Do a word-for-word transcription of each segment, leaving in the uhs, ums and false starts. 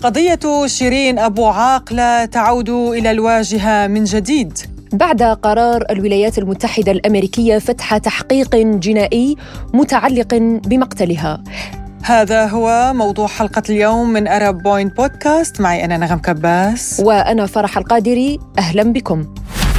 قضية شيرين أبو عاقلة تعود إلى الواجهة من جديد بعد قرار الولايات المتحدة الأمريكية فتح تحقيق جنائي متعلق بمقتلها. هذا هو موضوع حلقة اليوم من أرب بوينت بودكاست. معي أنا نغم كباس وأنا فرح القادري. أهلا بكم.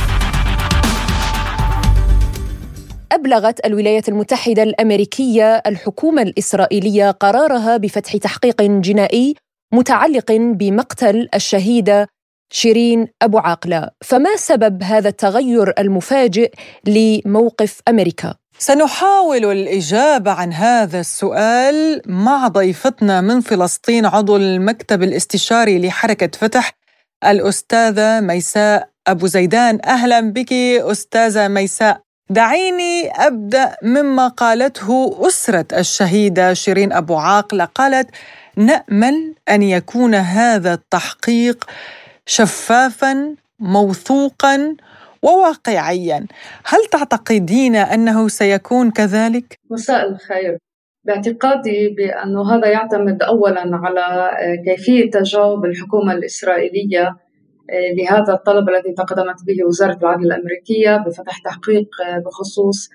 أبلغت الولايات المتحدة الأمريكية الحكومة الإسرائيلية قرارها بفتح تحقيق جنائي متعلق بمقتل الشهيدة شيرين أبو عاقلة. فما سبب هذا التغير المفاجئ لموقف أمريكا؟ سنحاول الإجابة عن هذا السؤال مع ضيفتنا من فلسطين، عضو المكتب الاستشاري لحركة فتح، الأستاذة ميساء أبو زيدان. أهلا بك أستاذة ميساء. دعيني أبدأ مما قالته أسرة الشهيدة شيرين أبو عاقلة. قالت: نأمل أن يكون هذا التحقيق شفافاً موثوقاً وواقعياً. هل تعتقدين أنه سيكون كذلك؟ مساء الخير. باعتقادي بأن هذا يعتمد أولاً على كيفية تجاوب الحكومة الإسرائيلية لهذا الطلب الذي تقدمت به وزارة العدل الأمريكية بفتح تحقيق بخصوص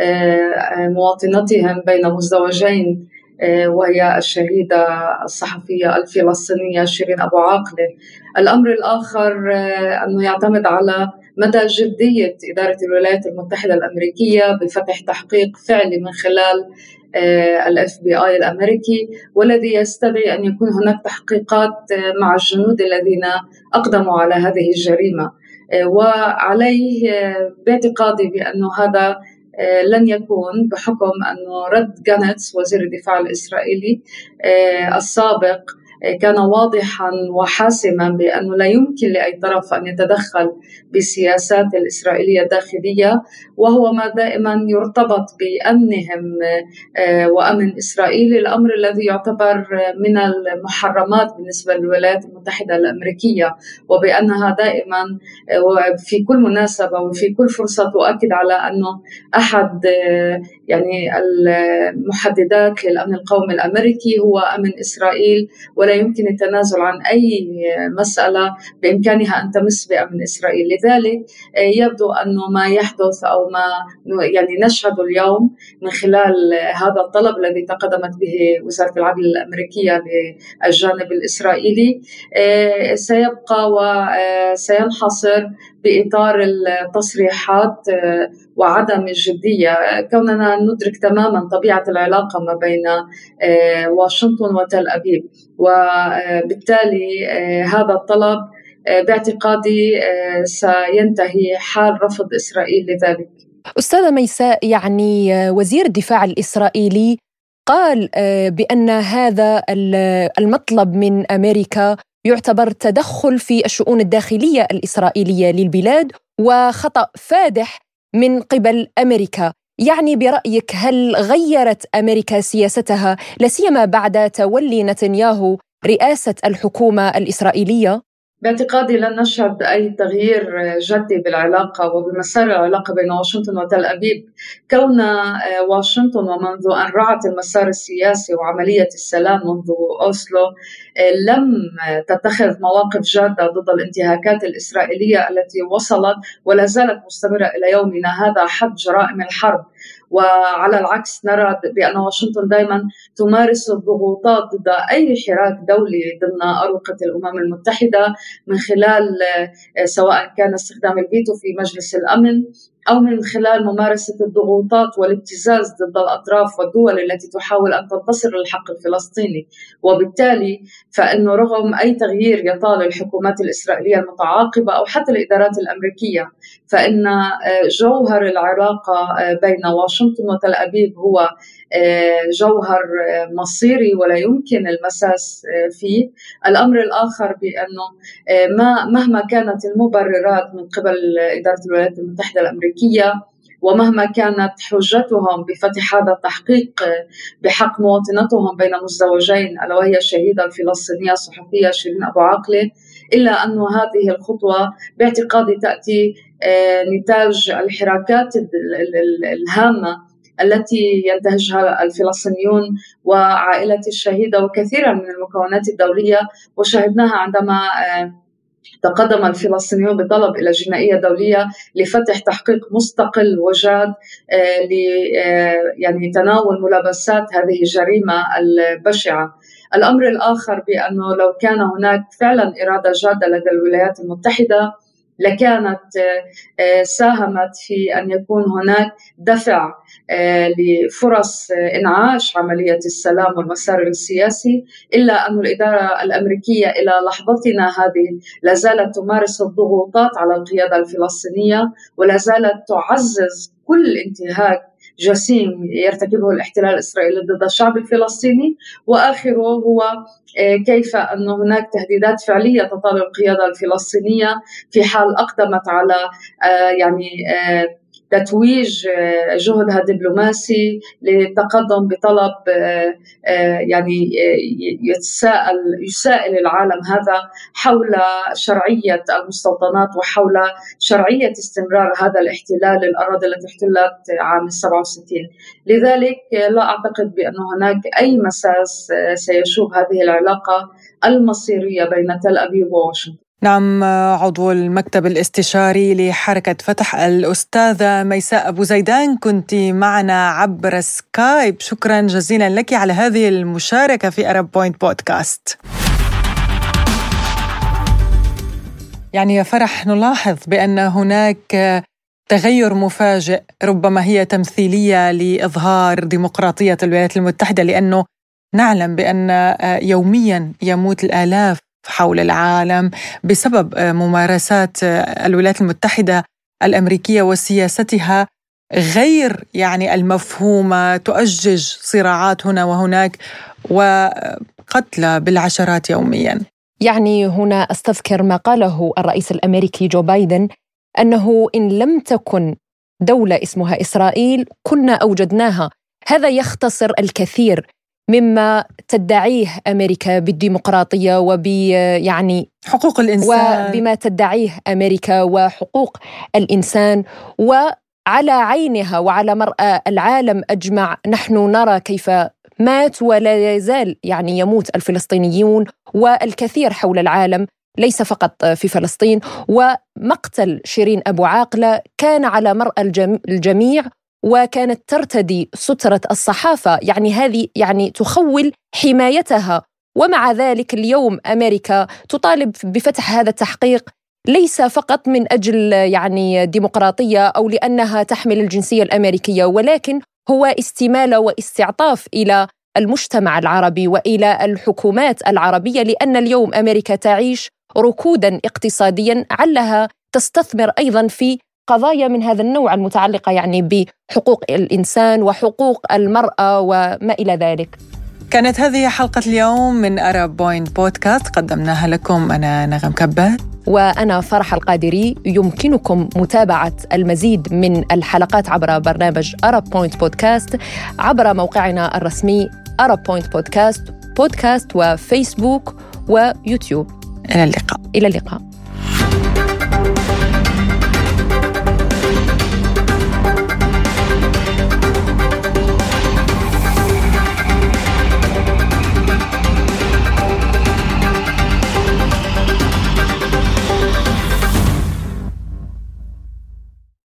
مواطنتهم بين مزدوجين، وهي الشهيدة الصحفية الفلسطينية شيرين أبو عاقلة. الأمر الآخر أنه يعتمد على مدى جدية إدارة الولايات المتحدة الأمريكية بفتح تحقيق فعلي من خلال الاف بي اي الأمريكي، والذي يستدعي أن يكون هناك تحقيقات مع الجنود الذين أقدموا على هذه الجريمة. وعليه باعتقادي بأن هذا لن يكون بحكم أن رد جانتس وزير الدفاع الإسرائيلي السابق كان واضحاً وحاسماً بأنه لا يمكن لأي طرف أن يتدخل بالسياسات الإسرائيلية الداخلية، وهو ما دائماً يرتبط بأمنهم وأمن إسرائيل، الأمر الذي يعتبر من المحرمات بالنسبة للولايات المتحدة الأمريكية، وبأنها دائماً وفي كل مناسبة وفي كل فرصة تؤكد على أنه أحد يعني المحددات للأمن القومي الأمريكي هو أمن إسرائيل، ولا يمكن التنازل عن أي مسألة بإمكانها أن تمس بأمن إسرائيل. لذلك يبدو أنه ما يحدث أو ما يعني نشهد اليوم من خلال هذا الطلب الذي تقدمت به وزارة العدل الأمريكية للجانب الإسرائيلي سيبقى وسينحصر بإطار التصريحات وعدم الجدية، كوننا ندرك تماما طبيعة العلاقة ما بين واشنطن وتل أبيب، وبالتالي هذا الطلب باعتقادي سينتهي حال رفض إسرائيل لذلك. أستاذة ميساء، يعني وزير الدفاع الإسرائيلي قال بأن هذا المطلب من أمريكا يعتبر تدخل في الشؤون الداخلية الإسرائيلية للبلاد وخطأ فادح من قبل أمريكا. يعني برأيك هل غيرت أمريكا سياستها لاسيما بعد تولي نتنياهو رئاسة الحكومة الإسرائيلية؟ باعتقادي لن نشهد أي تغيير جدي بالعلاقة وبمسار العلاقة بين واشنطن وتل أبيب، كون واشنطن ومنذ أن رعت المسار السياسي وعملية السلام منذ أوسلو لم تتخذ مواقف جادة ضد الانتهاكات الإسرائيلية التي وصلت ولا زالت مستمرة إلى يومنا هذا حد جرائم الحرب. وعلى العكس نرى بأن واشنطن دائما تمارس الضغوطات ضد أي حراك دولي ضمن أروقة الأمم المتحدة من خلال سواء كان استخدام الفيتو في مجلس الأمن أو من خلال ممارسة الضغوطات والابتزاز ضد الأطراف والدول التي تحاول أن تنتصر للحق الفلسطيني. وبالتالي فإنه رغم أي تغيير يطال الحكومات الإسرائيلية المتعاقبة أو حتى الإدارات الأمريكية، فإن جوهر العلاقة بين واشنطن وتل أبيب هو جوهر مصيري ولا يمكن المساس فيه. الأمر الآخر بأنه مهما كانت المبررات من قبل إدارة الولايات المتحدة الأمريكية ومهما كانت حجتهم بفتح هذا التحقيق بحق مواطنتهم بين مزدوجين ألا وهي الشهيدة الفلسطينية الصحفية شيرين أبو عاقلة، إلا أن هذه الخطوة باعتقادي تأتي نتاج الحراكات الهامة التي ينتهجها الفلسطينيون وعائلة الشهيدة وكثيرا من المكونات الدولية، وشاهدناها عندما تقدم الفلسطينيون بطلب إلى جنائية دولية لفتح تحقيق مستقل وجاد ل يعني تناول ملابسات هذه الجريمة البشعة. الأمر الآخر بأنه لو كان هناك فعلا إرادة جادة لدى الولايات المتحدة لكانت ساهمت في أن يكون هناك دفع لفرص إنعاش عملية السلام والمسار السياسي، إلا أن الإدارة الأمريكية إلى لحظتنا هذه لا زالت تمارس الضغوطات على القيادة الفلسطينية ولا زالت تعزز كل انتهاك جسيم يرتكبه الاحتلال الإسرائيلي ضد الشعب الفلسطيني. وآخره هو كيف أن هناك تهديدات فعلية تطال القيادة الفلسطينية في حال أقدمت على يعني تتويج جهدها الدبلوماسي للتقدم بطلب يعني يتساءل يسائل العالم هذا حول شرعية المستوطنات وحول شرعية استمرار هذا الاحتلال للأراضي التي احتلت عام سبعة وستين. لذلك لا أعتقد بأن هناك أي مساس سيشوب هذه العلاقة المصيرية بين تل أبيب وواشنطن. نعم، عضو المكتب الاستشاري لحركة فتح الأستاذة ميساء أبو زيدان كنت معنا عبر سكايب. شكرا جزيلا لك على هذه المشاركة في أرب بوينت بودكاست. يعني يا فرح نلاحظ بأن هناك تغير مفاجئ، ربما هي تمثيلية لإظهار ديمقراطية الولايات المتحدة، لأنه نعلم بأن يوميا يموت الآلاف حول العالم بسبب ممارسات الولايات المتحدة الأمريكية وسياستها غير يعني المفهومة، تؤجج صراعات هنا وهناك وقتلى بالعشرات يوميا. يعني هنا أستذكر ما قاله الرئيس الأمريكي جو بايدن، أنه إن لم تكن دولة اسمها إسرائيل كنا أوجدناها. هذا يختصر الكثير مما تدعيه أمريكا بالديمقراطية وب يعني حقوق الإنسان، وبما تدعيه أمريكا وحقوق الإنسان. وعلى عينها وعلى مرأى العالم أجمع نحن نرى كيف مات ولا يزال يعني يموت الفلسطينيون والكثير حول العالم، ليس فقط في فلسطين. ومقتل شيرين أبو عاقلة كان على مرأى الجميع، وكانت ترتدي سترة الصحافة، يعني هذه يعني تخول حمايتها. ومع ذلك اليوم أمريكا تطالب بفتح هذا التحقيق، ليس فقط من أجل يعني ديمقراطية أو لأنها تحمل الجنسية الأمريكية، ولكن هو استمالة واستعطاف إلى المجتمع العربي وإلى الحكومات العربية، لأن اليوم أمريكا تعيش ركودا اقتصاديا علها تستثمر أيضا في قضايا من هذا النوع المتعلقة يعني بحقوق الإنسان وحقوق المرأة وما إلى ذلك. كانت هذه حلقة اليوم من أرب بوينت بودكاست، قدمناها لكم أنا نغم كبات وأنا فرح القادري. يمكنكم متابعة المزيد من الحلقات عبر برنامج أرب بوينت بودكاست عبر موقعنا الرسمي أرب بوينت بودكاست بودكاست وفيسبوك ويوتيوب. إلى اللقاء. إلى اللقاء.